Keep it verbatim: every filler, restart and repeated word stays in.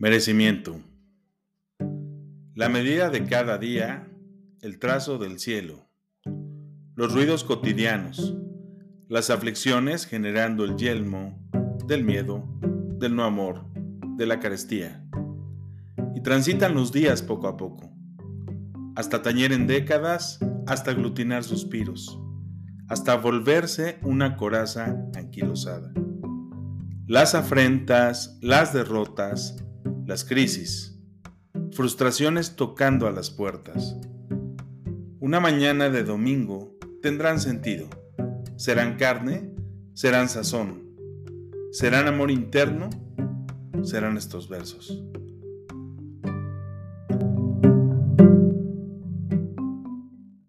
Merecimiento. La medida de cada día, el trazo del cielo, los ruidos cotidianos, las aflicciones generando el yelmo del miedo, del no amor, de la carestía. Y transitan los días poco a poco, hasta tañer en décadas, hasta aglutinar suspiros, hasta volverse una coraza anquilosada. Las afrentas, las derrotas, las crisis, frustraciones tocando a las puertas. Una mañana de domingo tendrán sentido, serán carne, serán sazón, serán amor interno, serán estos versos.